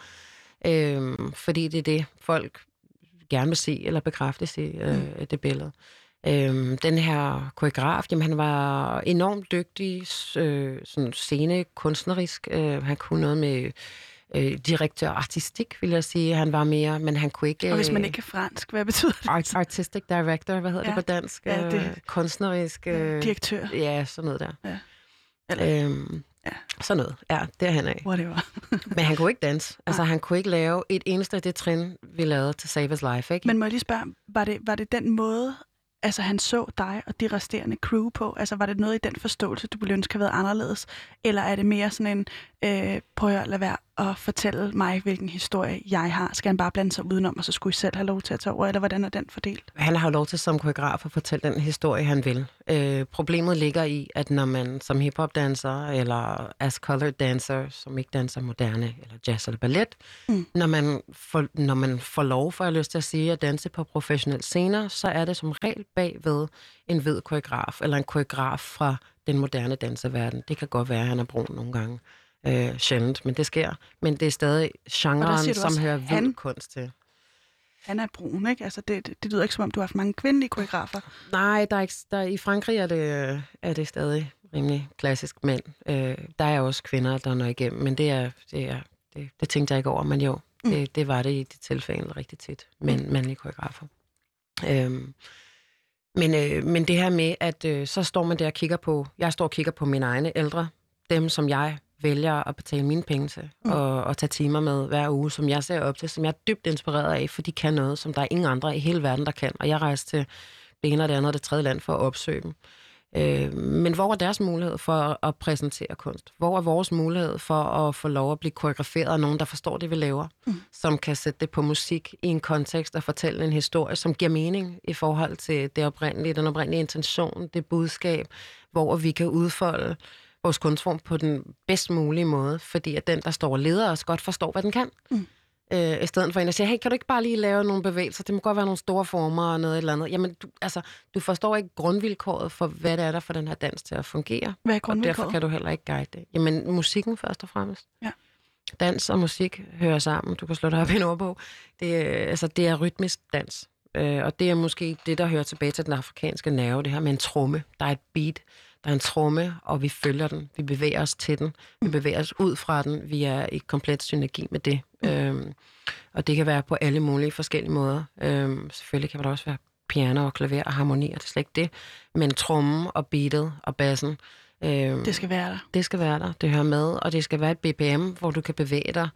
S1: Fordi det er det, folk gerne vil se eller bekræftes i det billede. Den her koreograf, jamen, han var enormt dygtig, sådan scenekunstnerisk. Han kunne noget med direktør artistik, vil jeg sige. Han var mere, men han kunne ikke...
S2: Og hvis man ikke kan fransk, hvad betyder det?
S1: Artistic director, hvad hedder det på dansk?
S2: Ja, det,
S1: kunstnerisk...
S2: direktør.
S1: Ja, sådan noget der.
S2: Ja. Eller,
S1: sådan noget. Ja, derhen af.
S2: Whatever.
S1: Men han kunne ikke danse. Altså, han kunne ikke lave et eneste af det trin, vi lavede til Save His Life, ikke?
S2: Men må jeg lige spørge, var det den måde, altså han så dig og de resterende crew på? Altså var det noget i den forståelse, du ville ønske havde været anderledes? Eller er det mere sådan en, prøv at lade være at fortælle mig, hvilken historie jeg har? Skal han bare blande sig udenom, og så skulle I selv have lov til at tage over? Eller hvordan er den fordelt?
S1: Han har lov til som koreograf at fortælle den historie, han vil. Problemet ligger i, at når man som hiphop-danser, eller as-colored dancer, som ikke danser moderne, eller jazz eller ballet, når man får lov, for jeg lyst til at sige, at danse på professionelle scener, så er det som regel bagved en hvid koreograf, eller en koreograf fra den moderne danserverden. Det kan godt være, at han er brun nogle gange. Sjældent, men det sker. Men det er stadig genren, som hører hvid kunst til.
S2: Han er brun, ikke? Altså, det lyder ikke, som om du har haft mange kvindelige koreografer.
S1: Nej, i Frankrig er det stadig rimelig klassisk mænd. Der er også kvinder, der når igennem, men det er Det tænkte jeg ikke over, men jo, det var det i det tilfælde rigtig tit, men mandlige koreografer. Men det her med, at så står man der og kigger på, jeg står og kigger på mine egne ældre, dem som jeg vælger at betale mine penge til, og tage timer med hver uge, som jeg ser op til, som jeg er dybt inspireret af, for de kan noget, som der er ingen andre i hele verden, der kan. Og jeg rejser til det ene og det andet og det tredje land for at opsøge dem. Men hvor er deres mulighed for at præsentere kunst? Hvor er vores mulighed for at få lov at blive koreograferet af nogen, der forstår det, vi laver? Som kan sætte det på musik i en kontekst og fortælle en historie, som giver mening i forhold til det oprindelige, den oprindelige intention, det budskab, hvor vi kan udfolde vores kunstform på den bedst mulige måde, fordi at den, der står og leder os, godt forstår, hvad den kan. I stedet for en, der siger, hey, kan du ikke bare lige lave nogle bevægelser? Det må godt være nogle store former og noget eller andet. Jamen, du forstår ikke grundvilkåret for, hvad det er der for den her dans til at fungere.
S2: Hvad er grundvilkåret?
S1: Og derfor kan du heller ikke guide det. Jamen, musikken først og fremmest.
S2: Ja.
S1: Dans og musik hører sammen. Du kan slå dig op i en ordbog. Det er rytmisk dans. Og det er måske det, der hører tilbage til den afrikanske nerve, det her med en tromme. Der er et beat. Der er en tromme, og vi følger den. Vi bevæger os til den. Vi bevæger os ud fra den. Vi er i komplet synergi med det. Og det kan være på alle mulige forskellige måder. Selvfølgelig kan der også være piano og klaver og harmoni, og det er slet ikke det. Men trommen og beatet og bassen.
S2: Det skal være der.
S1: Det skal være der. Det hører med, og det skal være et BPM, hvor du kan bevæge dig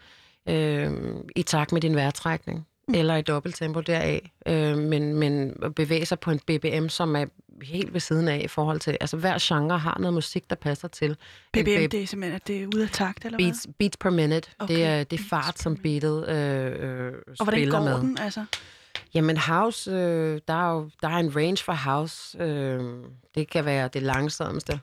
S1: i takt med din vejrtrækning. Eller i dobbelttempo deraf, men bevæge sig på en BPM, som er helt ved siden af i forhold til, altså hver genre har noget musik, der passer til.
S2: BPM, det er simpelthen, at det er ude af takt, eller hvad?
S1: Beats per minute, okay. det er fart, som beatet
S2: og hvordan
S1: spiller
S2: går
S1: med.
S2: Den, altså?
S1: Jamen house, der er en range for house. Det kan være det langsomste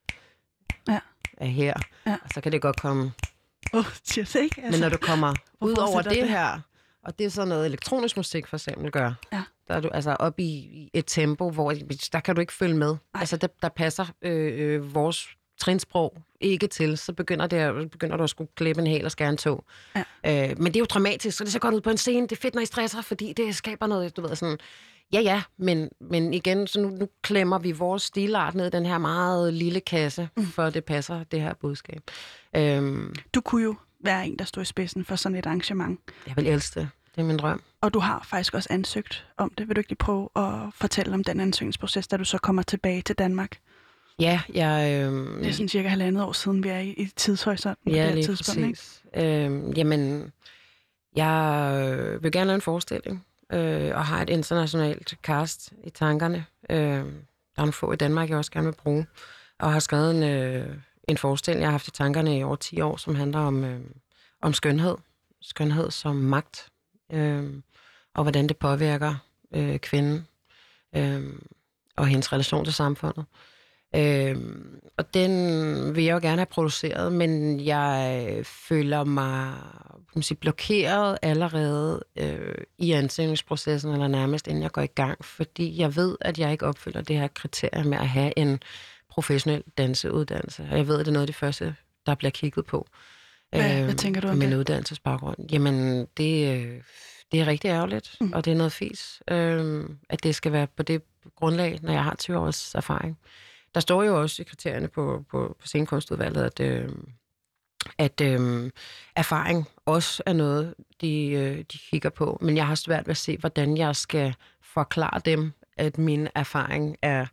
S1: af her, og så kan det godt komme...
S2: Cheers, ikke? Altså,
S1: men når du kommer ud over det her... Og det er sådan noget elektronisk musik, for eksempel, gør. Ja. Der er du altså oppe i et tempo, hvor der kan du ikke følge med. Ej. Altså, der passer vores trinsprog ikke til. Så begynder du at skulle klippe en hæl og skære en tog. Ja. Men det er jo dramatisk, så det ser godt ud på en scene. Det er fedt, når I stresser, fordi det skaber noget, du ved, sådan... Ja, men igen, så nu klemmer vi vores stilart ned i den her meget lille kasse, for det passer, det her budskab.
S2: Du kunne jo være en, der står i spidsen for sådan et arrangement.
S1: Jeg vil elske det. Det er min drøm.
S2: Og du har faktisk også ansøgt om det. Vil du ikke lige prøve at fortælle om den ansøgningsproces, da du så kommer tilbage til Danmark?
S1: Ja,
S2: det er sådan cirka 1,5 år siden, vi er i tidshorisonten.
S1: Ja, lige præcis. Jamen, jeg vil gerne lave en forestilling, og har et internationalt cast i tankerne. Der er nogle få i Danmark, jeg også gerne vil bruge. Og har skrevet en forestilling, jeg har haft i tankerne i over 10 år, som handler om skønhed. Skønhed som magt. Og hvordan det påvirker kvinden og hendes relation til samfundet. Og den vil jeg jo gerne have produceret, men jeg føler mig blokeret allerede i ansøgningsprocessen, eller nærmest inden jeg går i gang, fordi jeg ved, at jeg ikke opfylder det her kriterie med at have en professionel danseuddannelse. Og jeg ved, at det er noget af det første, der bliver kigget på.
S2: Hvad tænker du om
S1: min uddannelsesbaggrund? Jamen, det er rigtig ærgerligt, og det er noget fis, at det skal være på det grundlag, når jeg har 20 års erfaring. Der står jo også i kriterierne på scenekunstudvalget, at erfaring også er noget, de kigger på. Men jeg har svært ved at se, hvordan jeg skal forklare dem, at min erfaring er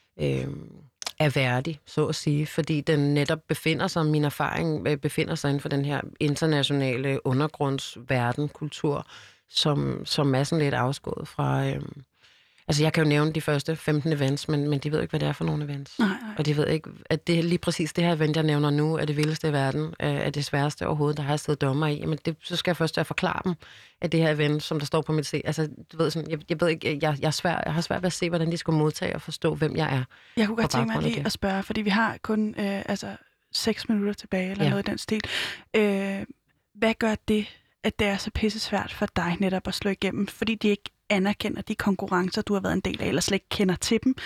S1: værdig, så at sige, fordi den netop min erfaring befinder sig inden for den her internationale undergrundsverden, kultur, som er sådan lidt afskåret fra... Altså, jeg kan jo nævne de første 15 events, men de ved ikke, hvad det er for nogle events.
S2: Nej.
S1: Og de ved ikke, at det lige præcis det her event, jeg nævner nu, er det vildeste i verden, er det sværeste overhovedet, der har jeg siddet dommer i. Men så skal jeg først forklare dem, at det her event, som der står på mit C, altså, du ved sådan, jeg ved ikke, jeg har svært ved at se, hvordan de skulle modtage og forstå, hvem jeg er.
S2: Jeg kunne godt tænke mig lige at spørge, fordi vi har kun 6 minutter tilbage, eller noget i den stil. Hvad gør det, at det er så pisse svært for dig netop at slå igennem, fordi de ikke anerkender de konkurrencer, du har været en del af, eller slet ikke kender til dem.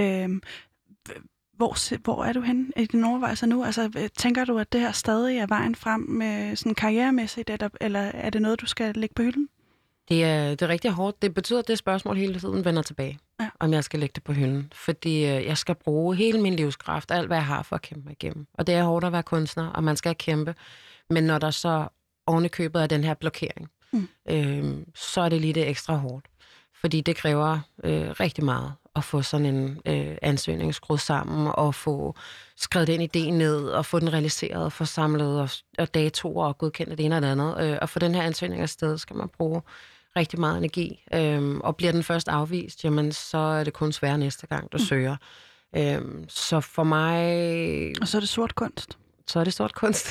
S2: Hvor er du henne i dine overvejelser nu? Altså, tænker du, at det her stadig er vejen frem med sådan karrieremæssigt, eller er det noget, du skal lægge på hylden?
S1: Det er rigtig hårdt. Det betyder, at det spørgsmål hele tiden vender tilbage, om jeg skal lægge det på hylden. Fordi jeg skal bruge hele min livskraft, alt hvad jeg har for at kæmpe mig igennem. Og det er hårdt at være kunstner, og man skal kæmpe. Men når der så ovenikøbet af den her blokering, så er det lige det ekstra hårdt. Fordi det kræver rigtig meget at få sådan en ansøgning skruet sammen, og få skrevet den idé ned, og få den realiseret, og få samlet og datoer og godkendt det ene og det andet. Og for den her ansøgning afsted skal man bruge rigtig meget energi. Og bliver den først afvist, jamen så er det kun sværere næste gang, du søger. Så for mig...
S2: Og så er det sort kunst.
S1: Så er det sort kunst.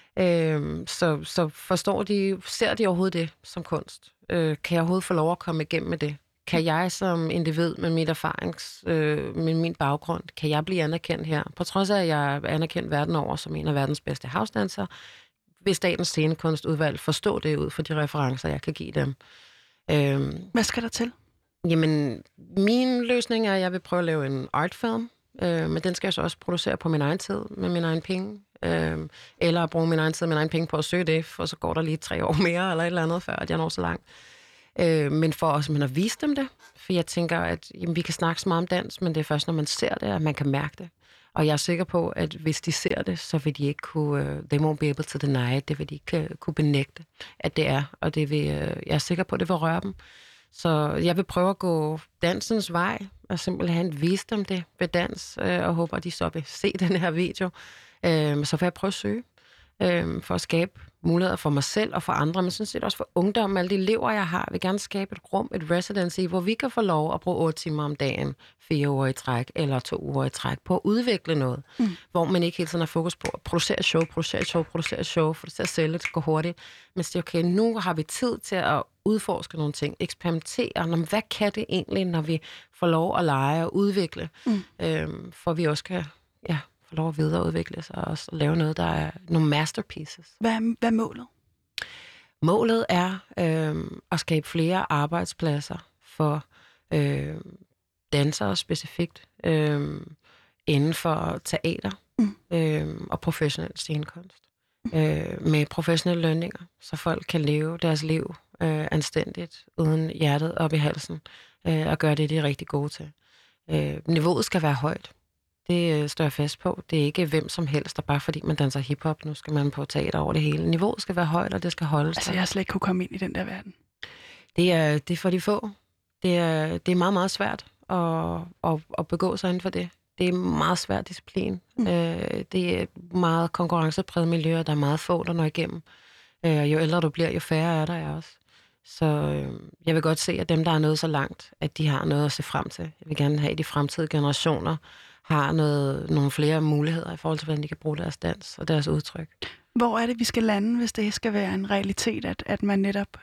S1: Så ser de overhovedet det som kunst? Kan jeg overhovedet få lov at komme igennem med det? Kan jeg som individ med mit med min baggrund, kan jeg blive anerkendt her? På trods af, at jeg er anerkendt verden over som en af verdens bedste housedansere, vil Statens Scenekunstudvalg forstå det ud fra de referencer, jeg kan give dem.
S2: Hvad skal der til?
S1: Jamen, min løsning er, at jeg vil prøve at lave en artfilm, men den skal jeg så også producere på min egen tid, med min egen penge. Eller at bruge min egen tid og min egen penge på at søge det, for så går der lige 3 år mere, eller et eller andet, før at jeg når så langt. Men for også at vise dem det, for jeg tænker, at jamen, vi kan snakke så meget om dans, men det er først, når man ser det, at man kan mærke det. Og jeg er sikker på, at hvis de ser det, så vil de ikke kunne, they won't be able to deny it, det vil de ikke kunne benægte, at det er, og det vil, jeg er sikker på, at det vil røre dem. Så jeg vil prøve at gå dansens vej, og simpelthen vise dem det ved dans, og håber, at de så vil se den her video. Så vil jeg prøve at søge, for at skabe muligheder for mig selv og for andre, men sådan set også for ungdom. Alle de elever, jeg har, vil gerne skabe et rum, et residency, hvor vi kan få lov at bruge 8 timer om dagen, 4 uger i træk, eller 2 uger i træk, på at udvikle noget, hvor man ikke hele tiden har fokus på at producere show, for det til at sælge, det går hurtigt. Men det er okay, nu har vi tid til at udforske nogle ting, eksperimentere. Hvad kan det egentlig, når vi får lov at lege og udvikle, for vi også kan få lov at videreudvikle sig og også lave noget, der er nogle masterpieces.
S2: Hvad er målet?
S1: Målet er at skabe flere arbejdspladser for dansere specifikt inden for teater og professionel scenekunst. Med professionelle lønninger, så folk kan leve deres liv anstændigt, uden hjertet op i halsen, og gøre det, de er rigtig gode til. Niveauet skal være højt. Det står jeg fast på. Det er ikke hvem som helst, og bare fordi man danser hiphop, nu skal man på teater over det hele. Niveauet skal være højt, og det skal holdes.
S2: Altså, jeg har slet ikke kunne komme ind i den der verden. Det
S1: er for de få. Det er meget, meget svært at begå sig inden for det. Det er meget svært disciplin. Det er et meget konkurrencepræget miljø, og der er meget få, der når igennem. Jo ældre du bliver, jo færre er der også. Så jeg vil godt se, at dem, der er nået så langt, at de har noget at se frem til. Jeg vil gerne have, at de fremtidige generationer har nogle flere muligheder i forhold til, hvordan de kan bruge deres dans og deres udtryk.
S2: Hvor er det, vi skal lande, hvis det skal være en realitet, at man netop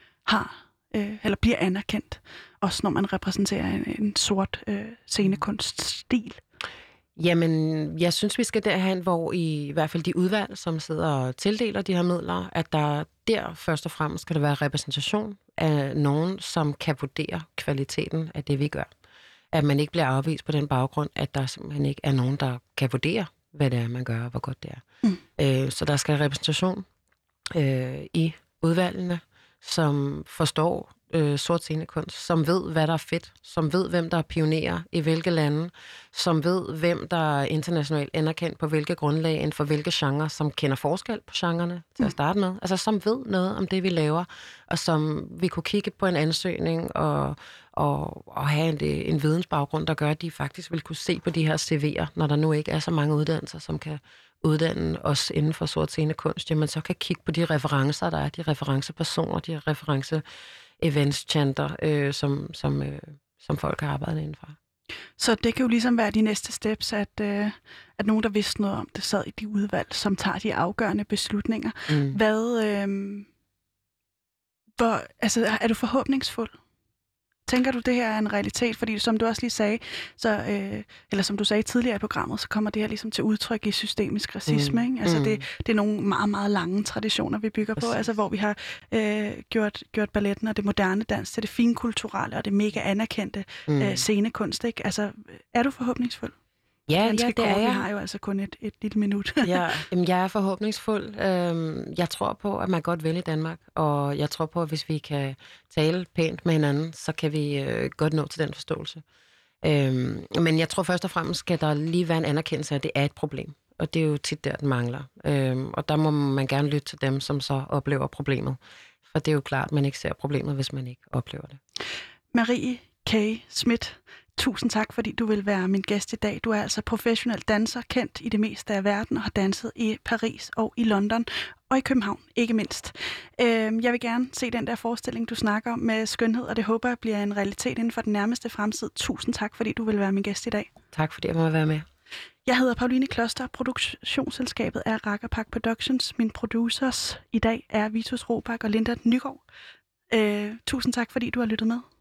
S2: eller bliver anerkendt, også når man repræsenterer en sort scenekunststil?
S1: Jamen, jeg synes, vi skal derhen, hvor i hvert fald de udvalg, som sidder og tildeler de her midler, at der først og fremmest skal der være repræsentation af nogen, som kan vurdere kvaliteten af det, vi gør. At man ikke bliver afvist på den baggrund, at der simpelthen ikke er nogen, der kan vurdere, hvad det er, man gør, og hvor godt det er. Så der skal repræsentation i udvalgene, som forstår sort scenekunst, som ved, hvad der er fedt, som ved, hvem der er pionerer i hvilke lande, som ved, hvem der er internationalt anerkendt på hvilke grundlag, inden for hvilke genrer, som kender forskel på genrerne til at starte med. Altså, som ved noget om det, vi laver, og som vi kunne kigge på en ansøgning og have en vidensbaggrund, der gør, at de faktisk vil kunne se på de her CV'er, når der nu ikke er så mange uddannelser, som kan uddanne os inden for sort scenekunst, jamen så kan kigge på de referencer, der er, de referencepersoner, de reference-events-chanter, som folk har arbejdet indenfor.
S2: Så det kan jo ligesom være de næste steps, at nogen, der vidste noget om det, sad i de udvalg, som tager de afgørende beslutninger. Er du forhåbningsfuld? Tænker du, det her er en realitet? Fordi som du også lige sagde, eller som du sagde tidligere i programmet, så kommer det her ligesom til udtryk i systemisk racisme. Ikke? Altså det er nogle meget, meget lange traditioner, vi bygger på, altså hvor vi har gjort balletten og det moderne dans til det finkulturelle og det mega anerkendte scenekunst. Ikke? Altså, er du forhåbningsfuld?
S1: Ja, det er jeg.
S2: Vi har jo altså kun et lille minut.
S1: Jamen, jeg er forhåbningsfuld. Jeg tror på, at man godt vil i Danmark, og jeg tror på, at hvis vi kan tale pænt med hinanden, så kan vi godt nå til den forståelse. Men jeg tror først og fremmest, skal der lige være en anerkendelse af, at det er et problem. og det er jo tit der, den mangler. Og der må man gerne lytte til dem, som så oplever problemet. For det er jo klart, at man ikke ser problemet, hvis man ikke oplever det.
S2: Marie K. Schmidt, tusind tak, fordi du vil være min gæst i dag. Du er altså professionel danser, kendt i det meste af verden, og har danset i Paris og i London og i København, ikke mindst. Jeg vil gerne se den der forestilling, du snakker om med skønhed, og det håber jeg bliver en realitet inden for den nærmeste fremtid. Tusind tak, fordi du vil være min gæst i dag.
S1: Tak, fordi jeg må være med.
S2: Jeg hedder Pauline Kloster, produktionsselskabet er Rakkerpak Productions. Mine producers i dag er Vitus Robak og Linda Nygaard. Tusind tak, fordi du har lyttet med.